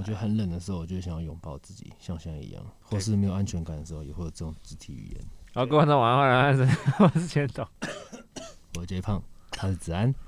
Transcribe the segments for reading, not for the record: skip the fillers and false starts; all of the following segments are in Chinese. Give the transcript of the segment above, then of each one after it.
我觉得很冷的时候，我就想要拥抱自己，像现在一样，或是没有安全感的时候，也会有这种肢体语言。 好，各位观众晚安，我是钱董， 我是 J 胖，他是子安。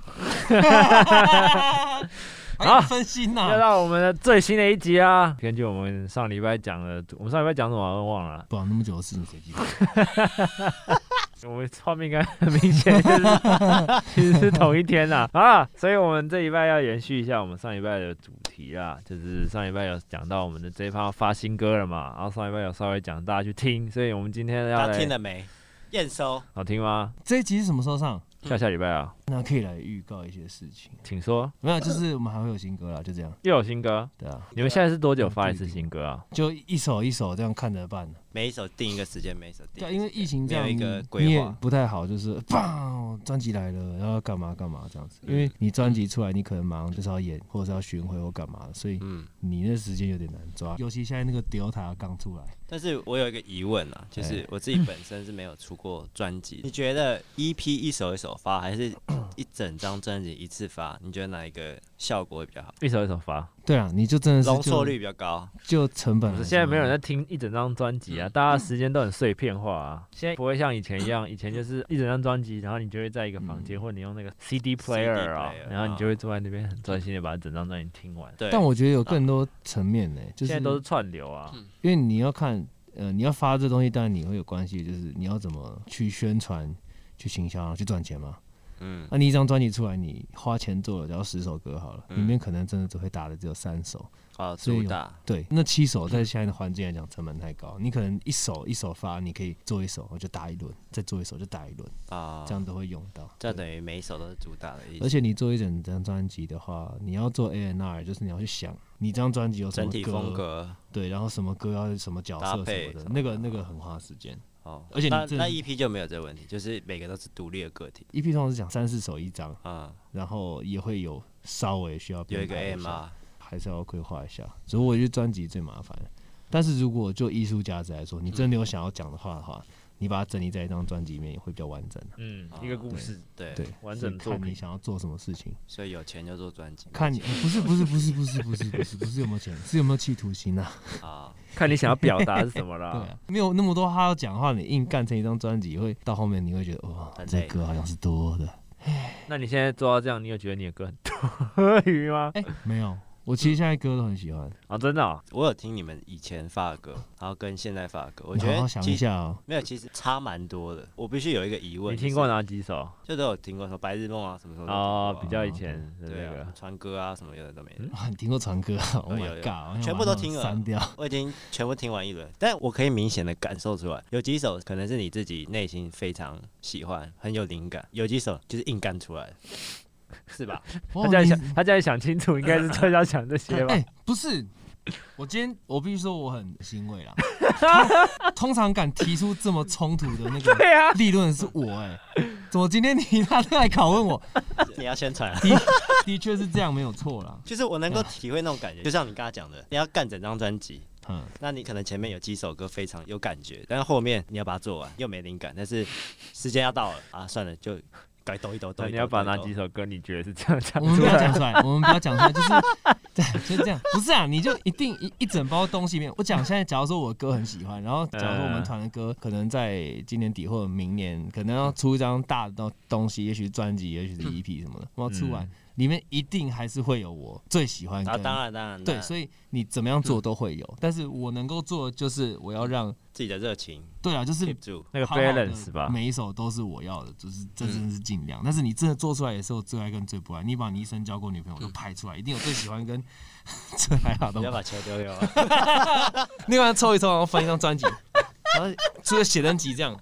好， 分心呐！ 要到我们的最新的一集啊！根据我们上礼拜讲的，我们上礼拜讲什么我忘了。 不，那么久的事情谁记得？ 我们画面应该很明显，就是其实是同一天啦。啊，所以我们这礼拜要延续一下我们上礼拜的主题啦，就是上礼拜有讲到我们的这一趴发新歌了嘛，然后上礼拜有稍微讲大家去听，所以我们今天要来。 大家听了没？验收好听吗？ 这一集是什么时候上？ 下礼拜啊。 那可以来预告一些事情， 请说。 没有，就是我们还会有新歌啦，就这样。 又有新歌？ 对啊。 你们现在是多久发一次新歌啊？ 就一首一首这样看着办。 每一首定一个时间，每一首定。 对，因为疫情这样， 没有一个规划， 你也不太好，就是专辑来了，然后干嘛干嘛这样子。因为你专辑出来，你可能马上就是要演，或者是要巡回或干嘛的，所以你那时间有点难抓。尤其现在那个 Delta 刚出来。 但是我有一个疑问啊，就是我自己本身是没有出过专辑，你觉得 EP 一首一首发，还是一整张专辑一次发？你觉得哪一个效果会比较好？ 一首一首发。 对啊，你就真的是容错率比较高， 就成本。 现在没有人在听一整张专辑啊，大家时间都很碎片化啊。现在不会像以前一样，以前就是一整张专辑，然后你就会在一个房间，或者你用那个 CD player 啊，然后你就会坐在那边很专心的把整张专辑听完。 对。但我觉得有更多层面呢，就是现在都是串流啊， 因为你要看，你要发这东西，当然你会有关系，就是你要怎么去宣传、去行销、去赚钱嘛。那你一张专辑出来，你花钱做了，只要10首歌好了，里面可能真的只会打的只有3首。 主打对，那7首在现在的环境来讲成本太高，你可能一首一首发，你可以做一首，我就打一轮，再做一首就打一轮这样都会用到。 这样等于每一首都是主打的意思。 而且你做一整张专辑的话，你要做 A&R， 就是你要去想你这张专辑有什么歌， 整体风格， 对，然后什么歌要什么角色什么的，那个很花时间。 而且那 EP 就没有这个问题，就是每个都是独立的个体。 EP 通常是讲3-4首一张然后也会有稍微需要有一个 AMR， 还是要规划一下。所以我觉得专辑最麻烦的。但是如果就艺术价值来说，你真的有想要讲的话，你把它整理在一张专辑里面也会比较完整。 一个故事， 对， 完整作品。 看你想要做什么事情。 所以有钱就做专辑。 看你不是有没有钱，是有没有企图心啊？ 看你想要表达是什么啦。 对啊，没有那么多话要讲的话，你硬干成一张专辑，会到后面你会觉得哇，这歌好像是多的。 那你现在做到这样，你有觉得你的歌很多余吗？ 没有。我其实现在歌都很喜欢真的我有听你们以前发的歌，然后跟现在发的歌，我觉得好好想一下没有，其实差蛮多的。我必须有一个疑问， 你听过哪几首？ 就都有听过，什么白日梦啊，什么什么比较以前的那个传歌啊，什么有的都没的。 你听过传歌？Oh my god， 全部都听了， 删掉。 我已经全部听完一轮，但我可以明显的感受出来，有几首可能是你自己内心非常喜欢，很有灵感；有几首就是硬干出来的。是吧？ 他这样想清楚，应该是就要想这些吧？ 不是，我今天我必须说我很欣慰啦。通常敢提出这么冲突的那个立论是我怎么今天你拿这来拷问我？ 你要宣传的确是这样，没有错啦。 就是我能够体会那种感觉，就像你刚才讲的，你要干整张专辑。那你可能前面有几首歌非常有感觉，但是后面你要把它做完又没灵感，但是时间要到了啊，算了就。改抖一抖， 你要把哪几首歌你觉得是这样讲出来？ 我们不要讲出来，就是这样。不是啊，你就一定一整包东西里面。我讲现在，假如说我的歌很喜欢，然后假如说我们团的歌可能在今年底或者明年可能要出一张大的东西，也许是专辑，也许是 EP 什么的，我要出完。里面一定还是会有我最喜欢的。 当然。 对，所以你怎么样做都会有，但是我能够做的就是我要让自己的热情。 对啊，就是那个 balance 吧， 每一首都是我要的，就是这真的是尽量。但是你真的做出来也是我最爱跟最不爱。你把你一生交过女朋友都拍出来，一定有最喜欢跟最还好的。 不要把球丢掉啊！另外抽一抽，然后翻一张专辑，然后出个写真集这样。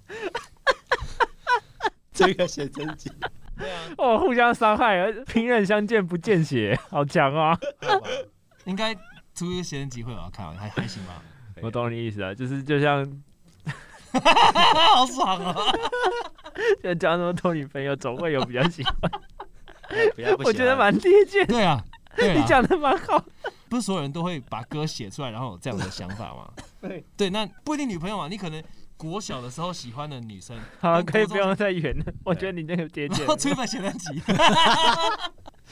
这个写真集。 对啊， 互相伤害，兵刃相见不见血，好强啊！ 应该出一个写真集会有要看，还行吧？ 我懂你意思啊，就像， 好爽啊！ 就交那么多女朋友，总会有比较喜欢。 我觉得蛮贴切。 对啊， 你讲的蛮好。 不是所有人都会把歌写出来，然后有这样的想法吗？对，那不一定女朋友嘛，你可能。国小的时候喜欢的女生， 好，可以不用再远了。我觉得你那个贴切。 然后出一本写真集，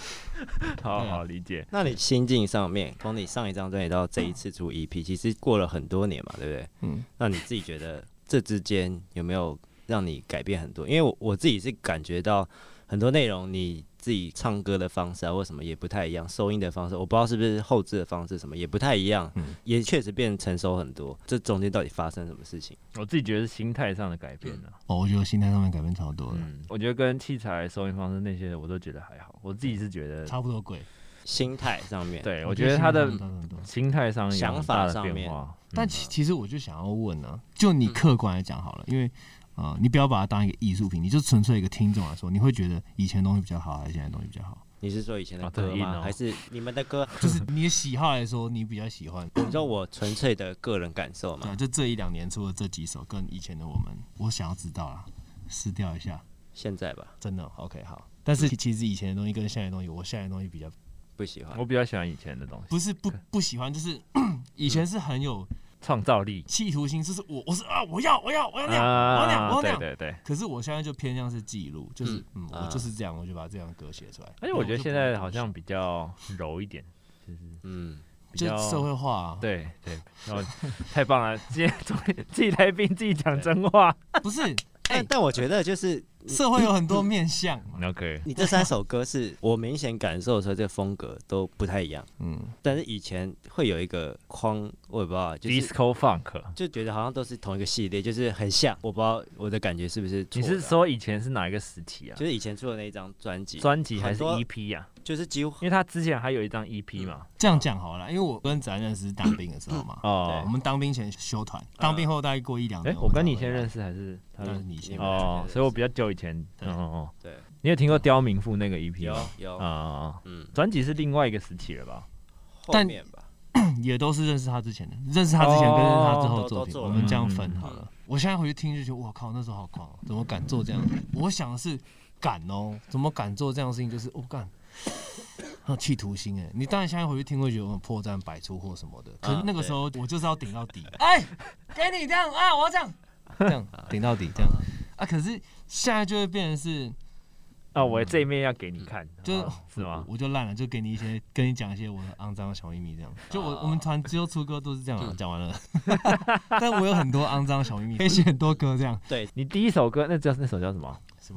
好好理解。 那你心境上面，从你上一张专辑到这一次出 EP， 其实过了很多年嘛，对不对？那你自己觉得这之间有没有让你改变很多？因为我自己是感觉到很多内容你自己唱歌的方式啊，或什么也不太一样，收音的方式，我不知道是不是后置的方式什么也不太一样，也确实变成熟很多。这中间到底发生什么事情？ 我自己觉得是心态上的改变我觉得心态上面改变超多了。 我觉得跟器材、收音方式那些我都觉得还好，我自己是觉得差不多贵。 心态上面， 对我觉得他的心态上、 想法上面， 但其实我就想要问呢，就你客观来讲好了，因为你不要把它当一个艺术品，你就纯粹一个听众来说，你会觉得以前的东西比较好，还是现在的东西比较好？ 你是说以前的歌吗？还是你们的歌？ 就是你的喜好来说，你比较喜欢？ 你说我纯粹的个人感受嘛？ 就这1-2年出的这几首，跟以前的我想要知道啦，撕掉一下。 现在吧， 真的 OK 好。但是其实以前的东西跟现在的东西，我现在的东西比较不喜欢。 我比较喜欢以前的东西， 不是不喜欢，就是以前是很有创造力、 企图心，就是我是我要那样，我要那样， 对。 可是我现在就偏向是记录，就是我就是这样，我就把这样歌写出来。 而且我觉得现在好像比较柔一点，就是比较社会化。 对，然后太棒了，今天自己来宾自己讲真话， 不是？ 但我觉得就是社会有很多面向。 OK， 你这3首歌是我明显感受出来，这个风格都不太一样。但是以前会有一个框，我也不知道，就是 Disco Funk， 就觉得好像都是同一个系列，就是很像。我不知道我的感觉是不是错的。 你是说以前是哪一个时期啊？ 就是以前出的那一张专辑还是 EP 啊？ 就是几乎， 因为他之前还有一张 EP 嘛。 这样讲好了，因为我跟展认识是当兵的时候嘛。我们当兵前修团，当兵后大概过1-2年。 我跟你先认识还是？ 你先所以我比较久以前。 对。 你有听过刁民妇那个 EP 吗？ 有专辑是另外一个时期了吧？ 后面吧， 也都是认识他之前的，认识他之前跟认识他之后的作品，我们这样分好了。我现在回去听就觉得，我靠，那时候好狂，怎么敢做这样？我想的是敢哦，怎么敢做这样的事情？就是我干。很有企图心哎，你当然现在回去听会觉得我破绽百出或什么的，可是那个时候我就是要顶到底，给你这样啊，我要这样顶到底这样啊，可是现在就会变成是我这一面要给你看， 是吗？我就烂了，就给你跟你讲一些我的肮脏的小秘密这样。就我们团只有出歌都是这样讲完了，但我有很多肮脏小秘密，可以写很多歌这样。 对， 你第一首歌那首叫什么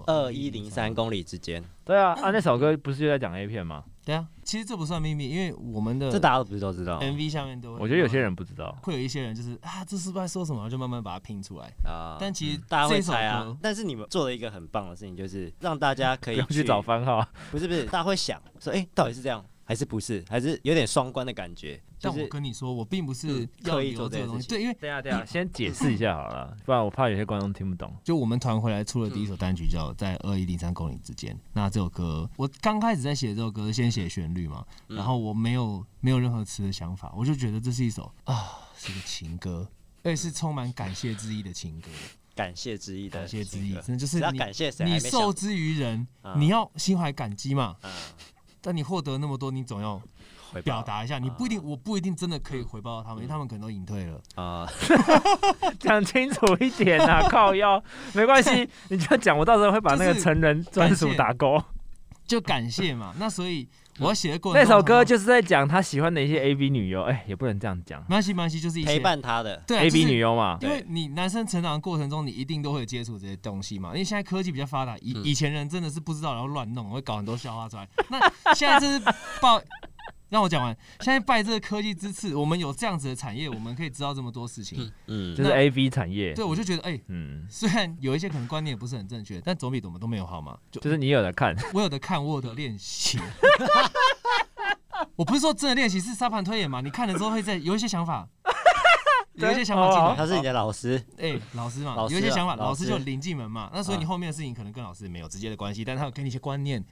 ？2103公里之间。 对啊，那首歌不是就在讲 A 片吗？ 对啊，其实这不算秘密，因为我们的这大家都不是都知道 ，MV 下面都会。 我觉得有些人不知道， 会有一些人就是这是不是在说什么，就慢慢把它拼出来啊。但其实大家会猜啊。但是你们做了一个很棒的事情，就是让大家可以去找番号。 不是，大家会想说，到底是这样还是不是？还是有点双关的感觉。 但我跟你说，我并不是刻意做这个东西。 对，因为对啊，先解释一下好了，不然我怕有些观众听不懂。 就我们团回来出了第一首单曲叫《在2103公里之间》。那这首歌，我刚开始在写这首歌，先写旋律嘛，然后我没有任何词的想法，我就觉得这是一首是个情歌，而且是充满感谢之意的情歌。 感谢之意， 真的就是你感谢谁？ 你受之于人，你要心怀感激嘛。但你获得那么多，你总要表达一下。我不一定真的可以回报到他们，因为他们可能都隐退了啊。 讲清楚一点啊，靠腰，没关系，你就讲，我到时候会把那个成人专属打勾。 就感谢嘛，那所以我要写的过程那首歌就是在讲他喜欢的一些 AV 女优，也不能这样讲。 没关系，就是一些陪伴他的对 AV 女优嘛。 因为你男生成长的过程中，你一定都会接触这些东西嘛。因为现在科技比较发达，以前人真的是不知道，然后乱弄，会搞很多笑话出来。那现在这是让我讲完。现在拜这个科技之赐，我们有这样子的产业，我们可以知道这么多事情。 就是 AV 产业。 对，我就觉得虽然有一些可能观念不是很正确，但总比我们都没有好嘛。 就是你有的看， 我有的看，我有的练习。我不是说真的练习，是沙盘推演嘛。你看了之后会有一些想法，有一些想法进来。 他是你的老师， 老师嘛，有一些想法，老师就领进门嘛。那所以你后面的事情可能跟老师没有直接的关系，但他有给你一些观念。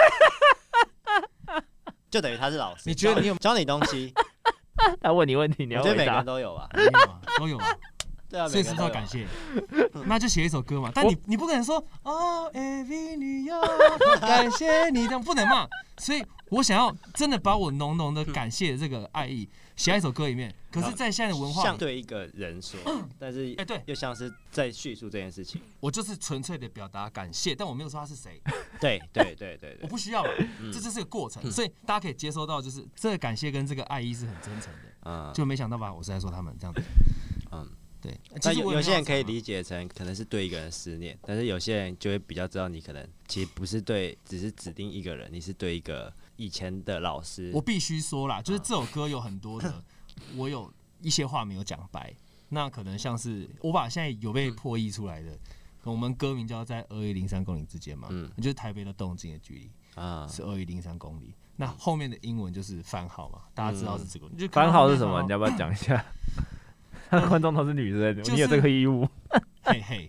就等于他是老师，你觉得你有教你东西？ 他问你问题，你要回答。 我觉得每个人都有吧， 都有吧。 对啊， 所以是要感谢，那就写一首歌嘛。但你不可能说AV 女优感谢你，这样不能嘛。所以我想要真的把我浓浓的感谢的这个爱意写在一首歌里面。可是，在现在的文化里， 像对一个人说，但是对， 又像是在叙述这件事情。 我就是纯粹的表达感谢，但我没有说他是谁。 对， 我不需要嘛，这就是个过程，所以大家可以接收到，就是这个感谢跟这个爱意是很真诚的。就没想到吧，我是在说他们这样子。对。 但有些人可以理解成可能是对一个人思念，但是有些人就会比较知道你可能其实不是对，只是指定一个人，你是对一个以前的老师。 我必须说啦，就是这首歌有很多的，我有一些话没有讲白，那可能像是我把现在有被破译出来的，我们歌名叫在2103公里之间嘛，就是台北到东京的距离是2103公里。那后面的英文就是番号嘛，大家知道是这个。 番号是什么？你要不要讲一下？观众都是女生，你有这个义务。 嘿嘿，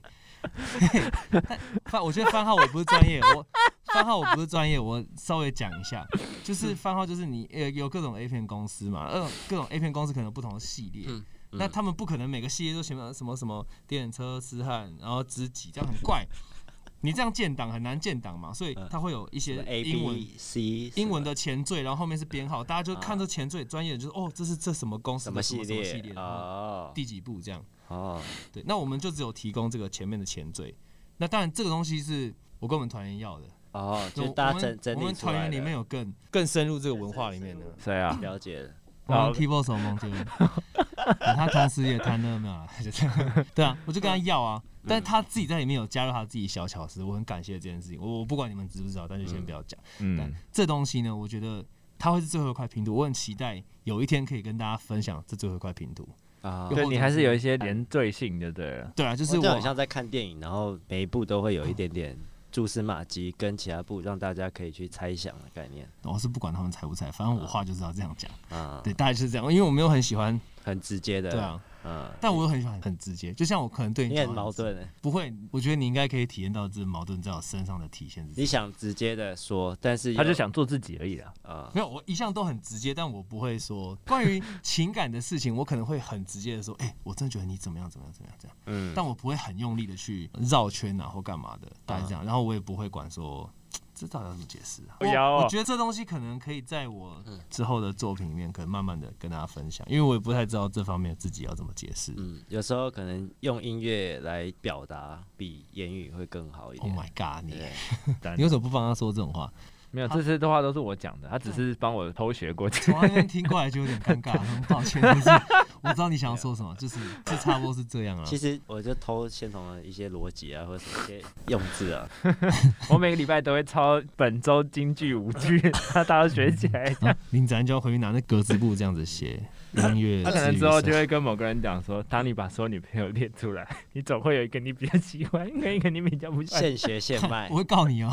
我觉得番号我不是专业，我稍微讲一下，就是番号就是你有各种 A 片公司嘛，各种 A 片公司可能有不同的系列，那他们不可能每个系列都写什么电车、痴汉，然后知己，这样很怪。你这样建档很难建档嘛，所以它会有一些英文的前缀，然后后面是编号，大家就看这前缀，专业的就是这什么公司的什么系列第几部这样。对，那我们就只有提供这个前面的前缀。那当然这个东西是我跟我们团员要的。 就大家整理出来的。 我们团员里面有更深入这个文化里面的。 谁啊？ 了解了。 我们 keyboard 手蒙杰，他同时也弹了没有啦？就这样。对啊，我就跟他要啊。但是他自己在里面有加入他自己小巧思，我很感谢这件事情。我不管你们知不知道，但就先不要讲。但这东西呢，我觉得它会是最后一块拼图。我很期待有一天可以跟大家分享这最后一块拼图。 对，你还是有一些连缀性就对了。 对啊，就是我很像在看电影，然后每一部都会有一点点蛛丝马迹跟其他部，让大家可以去猜想的概念。 我是不管他们猜不猜，反正我话就是要这样讲。对，大概就是这样，因为我没有很喜欢很直接的。 对啊。但我又很喜欢很直接，就像我可能对你很矛盾。 不会，我觉得你应该可以体验到这矛盾在我身上的体现。 你想直接的说，但是他就想做自己而已啦。 没有，我一向都很直接，但我不会说关于情感的事情，我可能会很直接的说，我真的觉得你怎么样这样。但我不会很用力的去绕圈啊或干嘛的，大概这样。然后我也不会管说。这到底要怎么解释啊？我觉得这东西可能可以在我之后的作品里面，可能慢慢的跟大家分享，因为我也不太知道这方面自己要怎么解释。 有时候可能用音乐来表达比言语会更好一点。 Oh my god， 你为什么不帮他说这种话？ 没有，这些的话都是我讲的，他只是帮我偷学过去。 从那边听过来就有点尴尬，很抱歉。就是我知道你想要说什么，就是这差不多是这样啊。 其实我就偷先从了一些逻辑啊，或者一些用字啊。 我每个礼拜都会抄本周金句5句，大家都学起来。 林子安就要回去拿那格子簿这样子写音乐。 他可能之后就会跟某个人讲说，当你把所有女朋友列出来，你总会有一个你比较喜欢，跟一个你比较不喜欢。 现学现卖。 我会告你哦。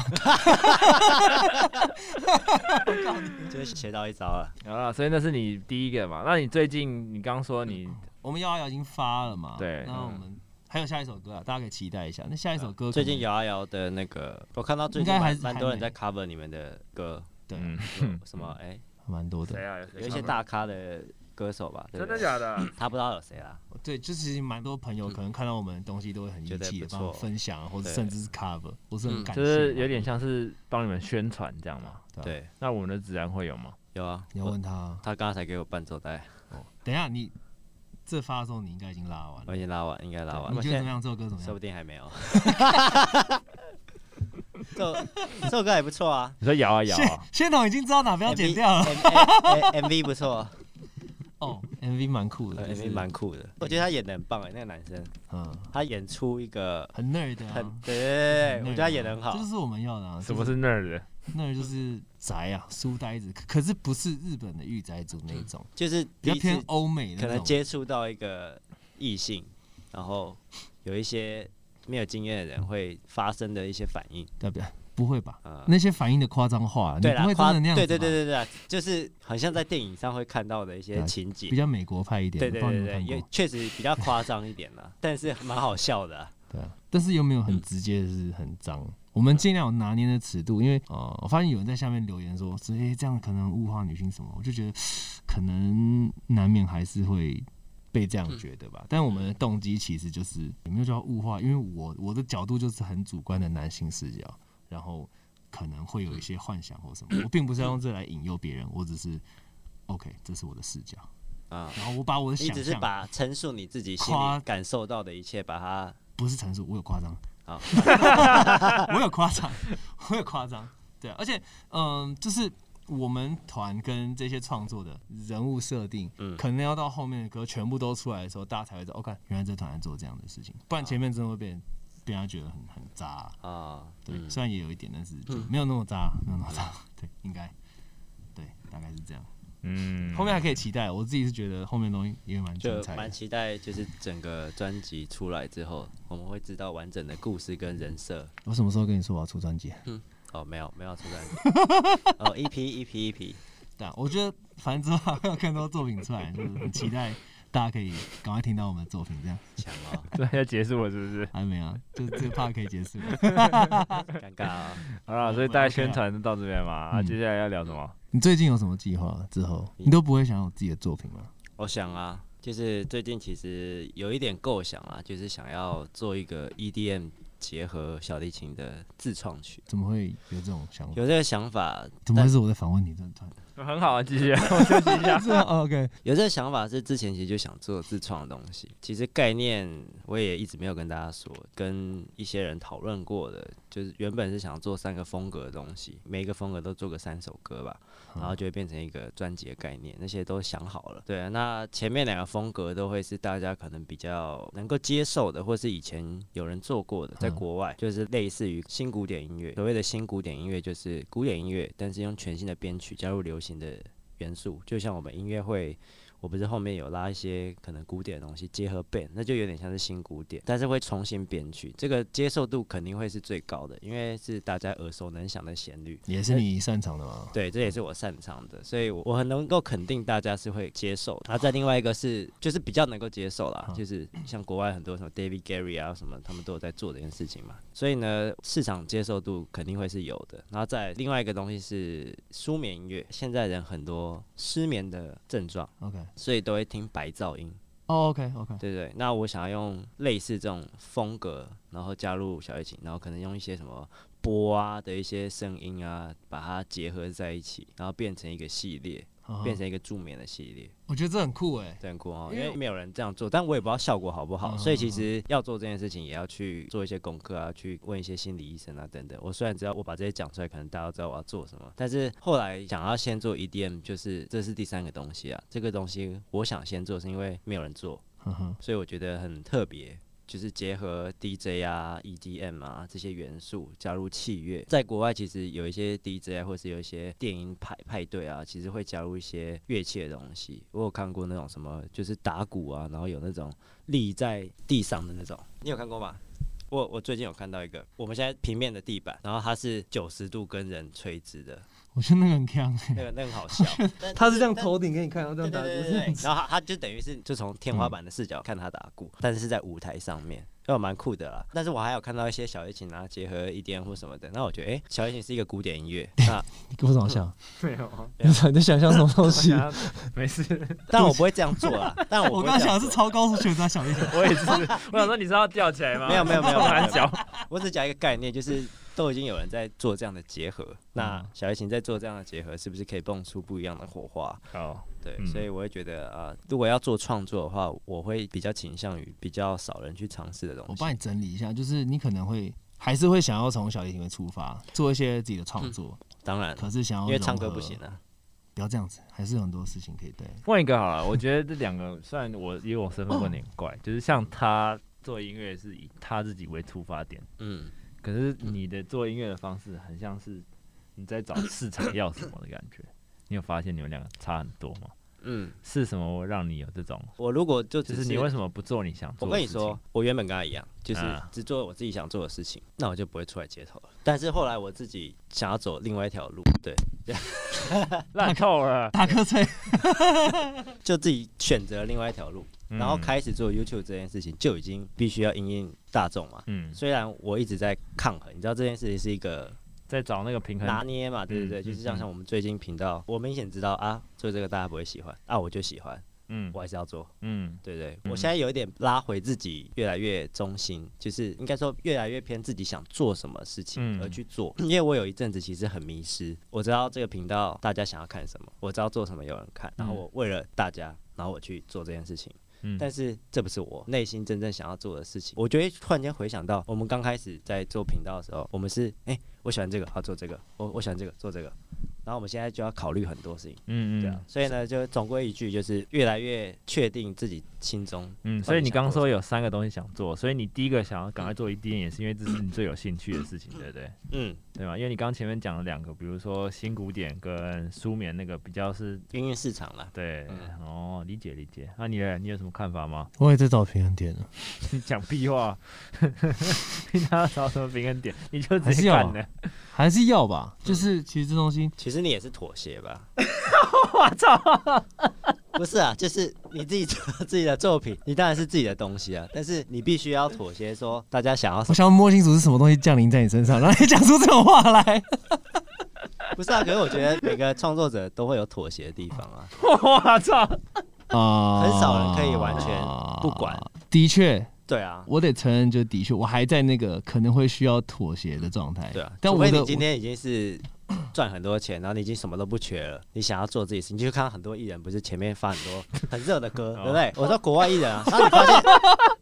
我告你，就学到一招了。 好了，所以那是你第一个嘛？那你最近你刚说我们摇摇已经发了嘛？ 对。 那我们还有下一首歌啊，大家可以期待一下。那下一首歌最近摇摇的那个，我看到最近蛮多人在 cover 你们的歌。 对， 什么蛮多的。 谁啊？ 有一些大咖的歌手吧？ 真的假的？ 他不知道有谁啦。 对，就其实蛮多朋友可能看到我们的东西都会很义气的帮我分享，或者甚至是 cover， 我是很感谢。 就是有点像是帮你们宣传这样嘛。 对。 那我们的子安会有吗？ 有啊。 你要问他。 他刚刚才给我伴奏带。 等一下你。这发的时候你应该已经拉完了。 我已经拉完，应该拉完。 你觉得怎么样？这首歌怎么样？ 说不定还没有。这首歌还不错啊。 你说摇啊摇啊。 宣统已经知道哪边要剪掉了。 MV 不错。 MV 蛮酷的。 MV 蛮酷的。我觉得他演得很棒那个男生。他演出一个很 nerd 的。 对，我觉得他演得很好。 这就是我们要的。 什么是 nerd？ nerd 就是宅啊，书呆子，可是不是日本的御宅族那种， 就是比较偏欧美的那种。 可能接触到一个异性，然后有一些没有经验的人会发生的一些反应。 对不对？不会吧？那些反应的夸张化，你不会真的那样子。 对，就是好像在电影上会看到的一些情节， 比较美国派一点。 对，也确实比较夸张一点啦，但是蛮好笑的。 对啊，但是又没有很直接，是很脏。我们尽量有拿捏的尺度，因为我发现有人在下面留言说，这样可能物化女性什么，我就觉得可能难免还是会被这样觉得吧。但我们的动机其实就是有没有叫物化，因为我的角度就是很主观的男性视角，然后可能会有一些幻想或什么。我并不是要用这来引诱别人，我只是 OK， 这是我的视角然后我把我的想象， 你只是把陈述你自己心里感受到的一切，把它不是陈述，我有夸张我有夸张，对而且就是我们团跟这些创作的人物设定，可能要到后面的歌全部都出来的时候，大家才会知道，看原来这团在做这样的事情，不然前面真的会被人家觉得很渣对，虽然也有一点，但是就没有那么渣，对，应该，对，大概是这样。后面还可以期待，我自己是觉得后面的东西也蛮精彩的， 蛮期待，就是整个专辑出来之后，我们会知道完整的故事跟人设。 我什么时候跟你说我要出专辑？ 没有要出专辑。EP。 对啊，我觉得反正之后还有更多作品出来，就是很期待大家可以赶快听到我们的作品，这样。 强哦！ 对，要结束了是不是？ 还没啊，就这个 part 可以结束了。 尴尬啊！ 好了，所以大概宣传就到这边嘛。接下来要聊什么？ 你最近有什么计划？之后你都不会想有自己的作品吗？ 我想啊，就是最近其实有一点构想啊，就是想要做一个 EDM 结合小提琴的自创曲。 怎么会有这种想法？ 有这个想法， 怎么会是我在访问你这团？ 很好啊，继续，我休息一下。 是啊 ，OK。 有这个想法是之前其实就想做自创的东西，其实概念我也一直没有跟大家说，跟一些人讨论过的，就是原本是想做3个风格的东西，每一个风格都做个3首歌吧，然后就会变成一个专辑的概念，那些都想好了。对啊，那前面2个风格都会是大家可能比较能够接受的，或是以前有人做过的，在国外就是类似于新古典音乐。所谓的新古典音乐就是古典音乐，但是用全新的编曲加入流行的元素，就像我们音乐会，我不是后面有拉一些可能古典的东西结合 band， 那就有点像是新古典，但是会重新编曲，这个接受度肯定会是最高的，因为是大家耳熟能详的旋律， 也是你擅长的吗？ 对，这也是我擅长的，所以我很能够肯定大家是会接受的。然后再另外一个是，就是比较能够接受啦，就是像国外很多什么 David Gary 啊什么，他们都有在做这件事情嘛，所以呢，市场接受度肯定会是有的。然后再另外一个东西是舒眠音乐，现在人很多失眠的症状 ，OK。 所以都会听白噪音。 OK， 对对。那我想要用类似这种风格，然后加入小提琴，然后可能用一些什么波啊的一些声音啊，把它结合在一起，然后变成一个系列，变成一个助眠的系列。 我觉得这很酷这很酷哦，因为没有人这样做，但我也不知道效果好不好，所以其实要做这件事情也要去做一些功课啊，去问一些心理医生啊等等。我虽然知道我把这些讲出来，可能大家都知道我要做什么，但是后来想要先做 EDM， 就是这是第3个东西啊。这个东西我想先做，是因为没有人做，所以我觉得很特别。就是结合 DJ 啊、EDM 啊这些元素，加入器乐。在国外其实有一些 DJ 啊，或是有一些电音派对啊，其实会加入一些乐器的东西。我有看过那种什么，就是打鼓啊，然后有那种立在地上的那种，你有看过吗？我最近有看到一个，我们现在平面的地板，然后它是90度跟人垂直的。 我觉得那个很强， 那个很好笑。 他是这样头顶给你看，然后这样打鼓， 然后他就等于是就从天花板的视角看他打鼓，但是在舞台上面，蛮酷的啦。但是我还有看到一些小提琴啊，结合 EDM 或什么的，那我觉得小提琴是一个古典音乐。那你给我怎么笑？ 没有， 你在想象什么东西？ 没事， 但我不会这样做啦。但我刚刚想的是超高速旋转小提琴， 我也是。我想说你是要吊起来吗？ 没有， 很小。 我只讲一个概念，就是都已经有人在做这样的结合，那小提琴在做这样的结合，是不是可以蹦出不一样的火花？ 好， 对，所以我会觉得如果要做创作的话，我会比较倾向于比较少人去尝试的东西。 我帮你整理一下，就是你可能还是会想要从小提琴出发，做一些自己的创作。 当然， 可是想要因为唱歌不行啊。 不要这样子，还是有很多事情可以对。 问一个好了，我觉得这2个虽然我以我身份问点怪，就是像他做音乐是以他自己为出发点，可是你的做音乐的方式很像是你在找市场要什么的感觉。你有发现你们2个差很多吗？是什么让你有这种？ 我如果就是你为什么不做你想做的事情？ 我跟你说，我原本跟他一样，就是只做我自己想做的事情，那我就不会出来街头了。但是后来我自己想要走另外一条路，对， 烂透了， 打瞌睡， 就自己选择另外一条路，然后开始做 YouTube 这件事情，就已经必须要因应大众嘛。虽然我一直在抗衡，你知道这件事情是一个。 在找那个平衡拿捏嘛，对对对，就是像我们最近频道，我明显知道啊，做这个大家不会喜欢，我就喜欢， 我还是要做。对对， 嗯我现在有一点拉回自己，越来越中心，就是应该说越来越偏自己想做什么事情而去做。因为我有一阵子其实很迷失，我知道这个频道大家想要看什么，我知道做什么有人看，然后我为了大家，然后我去做这件事情。但是这不是我内心真正想要做的事情。我就会突然间回想到，我们刚开始在做频道的时候，我们是我喜欢这个，要做这个；我喜欢这个，做这个。然后我们现在就要考虑很多事情，对啊，所以呢，就总归一句，就是越来越确定自己心中， 所以你刚刚说有3个东西想做，所以你第一个想要赶快做一定也是因为这是你最有兴趣的事情，对不对？对吧？因为你刚刚前面讲了2个，比如说新古典跟舒眠那个比较是音乐市场啦， 对，理解。那你有什么看法吗？ 我也在找平衡点了， 你讲屁话，平常要找什么平衡点？你就直接干了。 还是要吧，就是其实这东西， 其实你也是妥协吧。 我操！ 不是啊，就是你自己做自己的作品，你当然是自己的东西啊，但是你必须要妥协，说大家想要什么。 我想要摸清楚是什么东西降临在你身上，让你讲出这种话来。 不是啊，可是我觉得每个创作者都会有妥协的地方啊。 我操！ 很少人可以完全不管。 的确。 对啊， 我得承认，就的确，我还在那个可能会需要妥协的状态。 对啊，但除非你今天已经是赚很多钱，然后你已经什么都不缺了，你想要做自己事，你就看到很多艺人不是前面发很多很热的歌，对不对？我说国外艺人啊，然后你发现，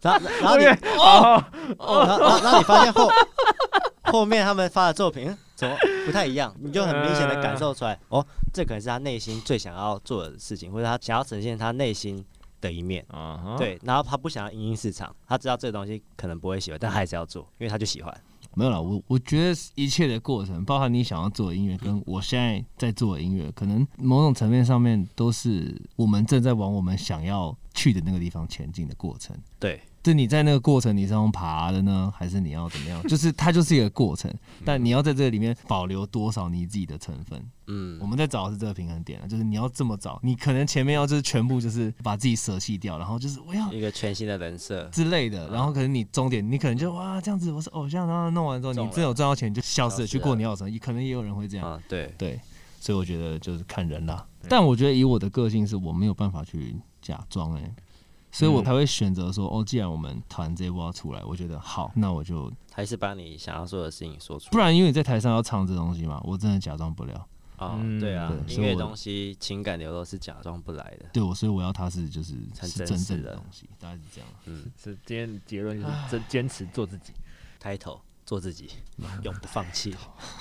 然后你发现后面他们发的作品怎么不太一样，你就很明显的感受出来，这可能是他内心最想要做的事情，或者他想要呈现他内心的一面，对，然后他不想要因应市场，他知道这个东西可能不会喜欢，但他还是要做，因为他就喜欢。 没有啦，我觉得一切的过程，包含你想要做的音乐，跟我现在在做的音乐，可能某种层面上面都是我们正在往我们想要去的那个地方前进的过程。 对。 就你在那个过程，你是用爬的呢，还是你要怎么样？就是它就是一个过程，但你要在这个里面保留多少你自己的成分？我们在找的是这个平衡点，就是你要这么找，你可能前面要就是全部就是把自己舍弃掉，然后就是我要一个全新的人设之类的，然后可能你终点你可能就哇这样子我是偶像，然后弄完之后你真的有赚到钱就消失了，去过你要什么，可能也有人会这样。对，所以我觉得就是看人啦。但我觉得以我的个性是我没有办法去假装所以我才会选择说，既然我们团这一波要出来，我觉得好，那我就还是把你想要说的事情说出来。 不然因为你在台上要唱这东西嘛，我真的假装不了。 对啊，音乐东西情感流露是假装不来的。 对，所以我要它是就是真正的东西，大概是这样。 是今天结论就是坚持做自己， 开头做自己，永不放弃。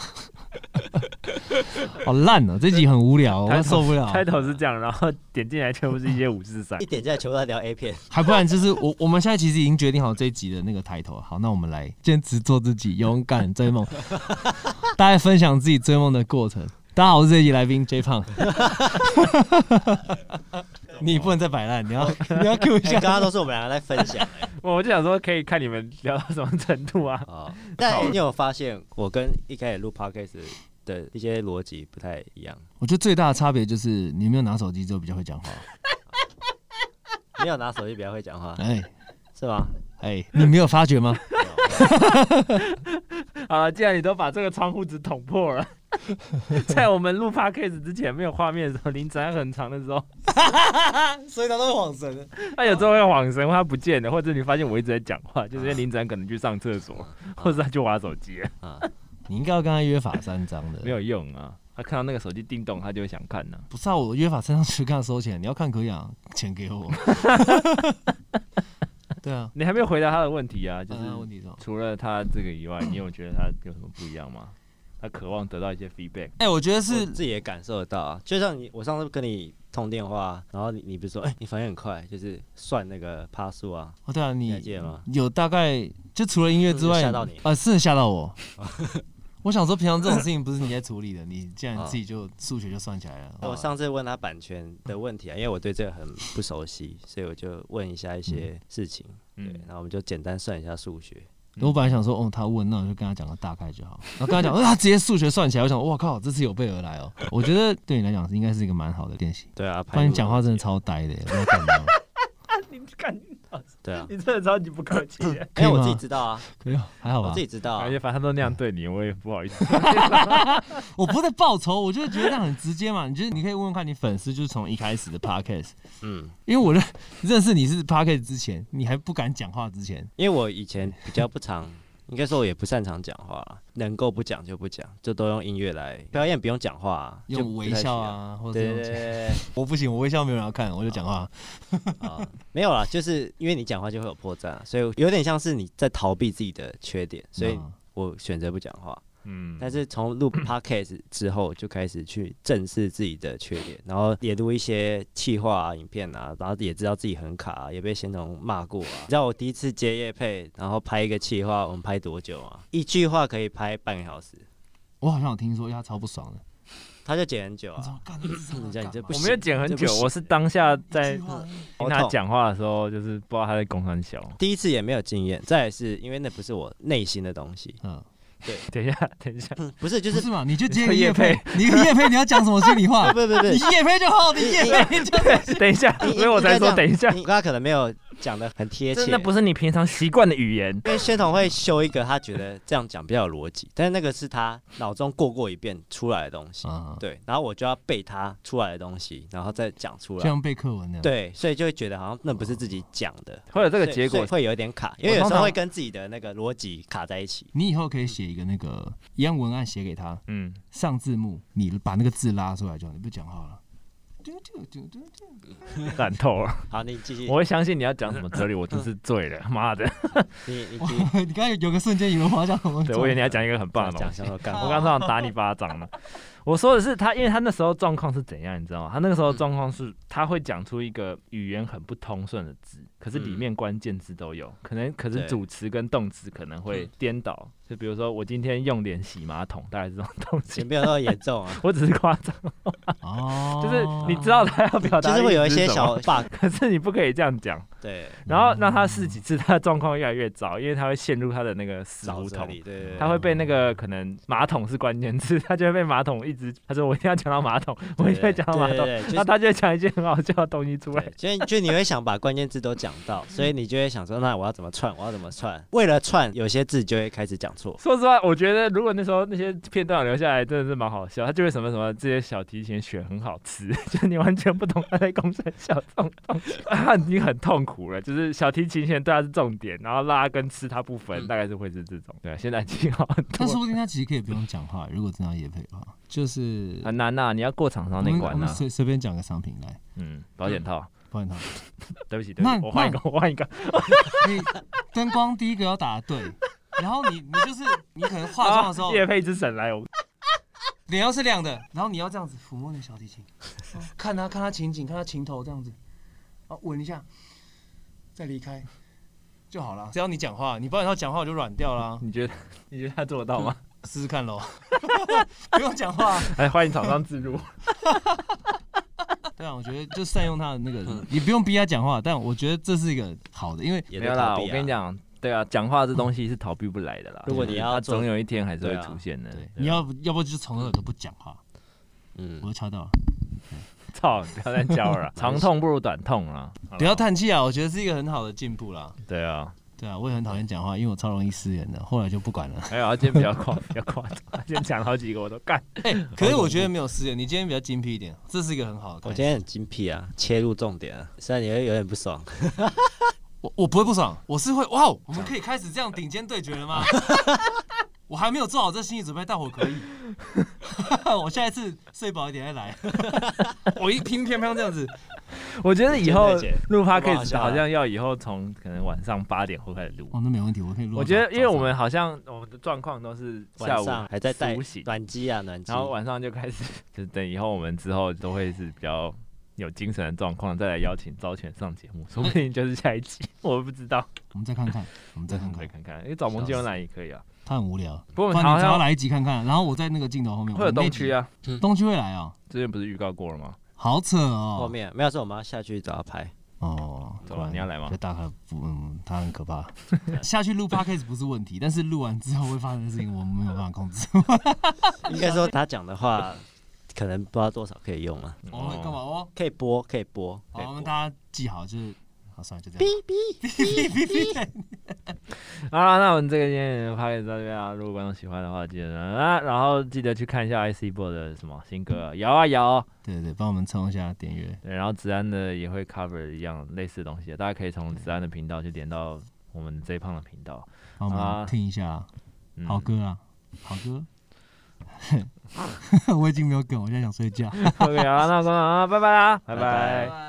好烂哦，这集很无聊，我受不了。 开头是这样，然后点进来全部是一些543， 一点进来全部在聊 A 片， 还不然就是我们现在其实已经决定好这一集的那个抬头。好，那我们来坚持做自己，勇敢追梦，大家分享自己追梦的过程。大家好，我是这一集来宾 J 胖。你不能再摆烂，你要 Q 一下。 刚刚都是我们两个在分享我就想说可以看你们聊到什么程度啊。 但你有发现我跟一开始录 podcast 的一些逻辑不太一样？ 我觉得最大的差别就是你没有拿手机之后比较会讲话。 没有拿手机比较会讲话，是吗？ 你没有发觉吗？ 既然你都把这个窗户纸捅破了，在我们录 podcast 之前没有画面的时候，林子安很长的时候， 所以他都会晃神。 他有时候会晃神，他不见了，或者你发现我一直在讲话，就是因为林子安可能去上厕所，或者他就滑手机了。 你应该要跟他约法3章的， 没有用啊。他看到那个手机叮咚，他就会想看呢。 不是啊，我约法3章去跟他收钱，你要看可以啊，钱给我。对啊， 你还没有回答他的问题啊，就是除了他这个以外，你有觉得他有什么不一样吗？他渴望得到一些 feedback。 我觉得是自己也感受得到啊。就像我上次跟你通电话，然后你不是说，你反应很快，就是算那个趴数啊。 对啊， 你还记得吗？ 有大概就除了音乐之外， 吓到你是吓到我。我想说，平常这种事情不是你在处理的，你竟然自己就数学就算起来了。 我上次问他版权的问题啊，因为我对这个很不熟悉，所以我就问一下一些事情。对，然后我们就简单算一下数学。 我本来想说，他问，那我就跟他讲个大概就好。然后跟他讲，他直接数学算起来，我想，哇靠，这次有备而来哦。我觉得对你来讲应该是一个蛮好的练习。 对啊， 不然你讲话真的超呆的，我干嘛？ 你干对啊， 你真的超级不客气的。 因为我自己知道啊， 可以还好吧？ 我自己知道啊而。且反正他都那样对你，我也不好意思。 我不是在报仇，我就觉得这样很直接嘛。你觉得你可以问问看你粉丝，就是从一开始的 podcast， 因为我认识你是 podcast 之前，你还不敢讲话之前， 因为我以前比较不常，应该说我也不擅长讲话啦，能够不讲就不讲，就都用音乐来表演，不用讲话啊， 用微笑啊，或者对用对对我不行，我微笑没有人要看，我就讲话。 啊，没有啦，就是因为你讲话就会有破绽啊，所以有点像是你在逃避自己的缺点，所以我选择不讲话。但是从录 podcast 之后，就开始去正视自己的缺点，然后也录一些企划啊、影片啊，然后也知道自己很卡啊，也被仙童骂过啊。你知道我第一次接业配，然后拍一个企划，我们拍多久啊？一句话可以拍半个小时。 我好像有听说，因为他超不爽的。 他就剪很久啊， 你这不行， 我没有剪很久，我是当下在听他讲话的时候，就是不知道他在公三小。 第一次也没有经验，再来是因为那不是我内心的东西。对， 等一下， 不是，就是嘛？你就接个业配，你业配你要讲什么心里话？ 不， 你业配就好，你业配就。 等一下，所以我才说等一下， 他可能没有讲得很贴切， 那不是你平常习惯的语言。 因为仙童会修一个他觉得这样讲比较有逻辑，但是那个是他脑中过一遍出来的东西，对，然后我就要背他出来的东西，然后再讲出来， 就像背课文那样。 对，所以就会觉得好像那不是自己讲的， 会有这个结果， 会有点卡，因为有时候会跟自己的那个逻辑卡在一起。 你以后可以写一个那个一样文案写给他，上字幕，你把那个字拉出来就好，你不讲话了。 烂透了。 好，你继续。 我会相信你要讲什么哲理，我就是醉了，妈的！ 你刚才有个瞬间以为我要讲什么？ 对，我以为你要讲一个很棒的东西。 我刚刚想打你巴掌了。我说的是他，因为他那时候状况是怎样，你知道吗？他那个时候状况是，他会讲出一个语言很不通顺的字，可是里面关键字都有，可是主词跟动词可能会颠倒。就比如说我今天用脸洗马桶，大概是这种东西。 没有那么严重啊， 我只是夸张。哦，就是你知道他要表达， 就是会有一些小 bug， 可是你不可以这样讲。 对。 然后让他试几次，他的状况越来越糟，因为他会陷入他的那个死胡同。 对， 他会被那个可能马桶是关键字，他就会被马桶一直，他说我一定要讲到马桶，我一定要讲到马桶，然后他就会讲一些很好笑的东西出来。 就你会想把关键字都讲到，所以你就会想说，那我要怎么串？为了串，有些字就会开始讲错。 说实话，我觉得如果那时候那些片段留下来，真的是蛮好笑。他就会什么这些小提琴弦很好吃，就是你完全不懂他在公山小这种东西，他已经很痛苦了。就是小提琴弦对他是重点，然后拉跟吃他不分，大概是会是这种。对，现在已经好很多。 但说不定他其实可以不用讲话，如果真的要业配的话，就是很难呐，你要过厂商那关呐。 随便讲个商品来， 保险套。对不起，我换一个。 你灯光第一个要打得对，然后你就是你可能化妆的时候， 业配之神来， 脸要是亮的，然后你要这样子抚摸那小提琴，看他琴颈，看他琴头这样子，闻一下，再离开就好了。只要你讲话，你保险套讲话我就软掉啦。 你觉得他做得到吗？ 试试看咯。不用讲话。 欢迎厂商置入。 对啊，我觉得就善用他的那个，你不用逼他讲话，但我觉得这是一个好的，因为没有啦，我跟你讲，对啊，讲话这东西是逃避不来的啦。 如果你要， 总有一天还是会出现的。 你要不就从头都不讲话。我都敲到了。 操，不要再教了，长痛不如短痛啦。 不要叹气啊，我觉得是一个很好的进步啦。 对啊， 我也很讨厌讲话，因为我超容易失言的，后来就不管了。 还有，今天比较夸张，今天讲了好几个我都干。 可是我觉得没有失言，你今天比较精辟一点，这是一个很好的。 我今天很精辟啊，切入重点啊，虽然你会有点不爽。 我不会不爽，我是会哇，我们可以开始这样顶尖对决了吗？我还没有做好这心理准备，但我可以。我下一次睡饱一点再来。我一乒乓这样子。 我觉得以后录 podcast 好像要以后从可能晚上8点后开始录。 那没问题，我可以录。 我觉得，因为我们好像我们的状况都是下午还在带暖机，然后晚上就开始，就等以后我们之后都会是比较有精神的状况，再来邀请昭全上节目，说不定就是下一集，我不知道。 我们再看看， 因为找蒙金牛奶也可以啊。 他很无聊， 不过你只要来一集看看，然后我在那个镜头后面会有东区啊， 东区会来啊。 之前不是预告过了吗？ 好扯哦。 后面没有，是我们要下去找他拍。 走了，你要来吗？ 大概他很可怕。下去录 podcast 不是问题，但是录完之后会发生的事情，我们没有办法控制。 应该说他讲的话，可能不知道多少可以用啊。 干嘛哦？ 可以播。 好，我们大家记好，就是好，算了，就这样。哔。 好了，那我们这个今天的 podcast 到这边啊，如果观众喜欢的话，记得然后记得去看一下 IC Boy 的什么新歌，摇啊摇。 对，帮我们冲一下点阅。 对，然后子安的也会 cover 一样类似的东西，大家可以从子安的频道去点到我们这一胖的频道， 帮我们听一下，好歌啊，好歌。我已经没有梗，我现在想睡觉。 OK， 好，那观众拜拜啦，拜拜。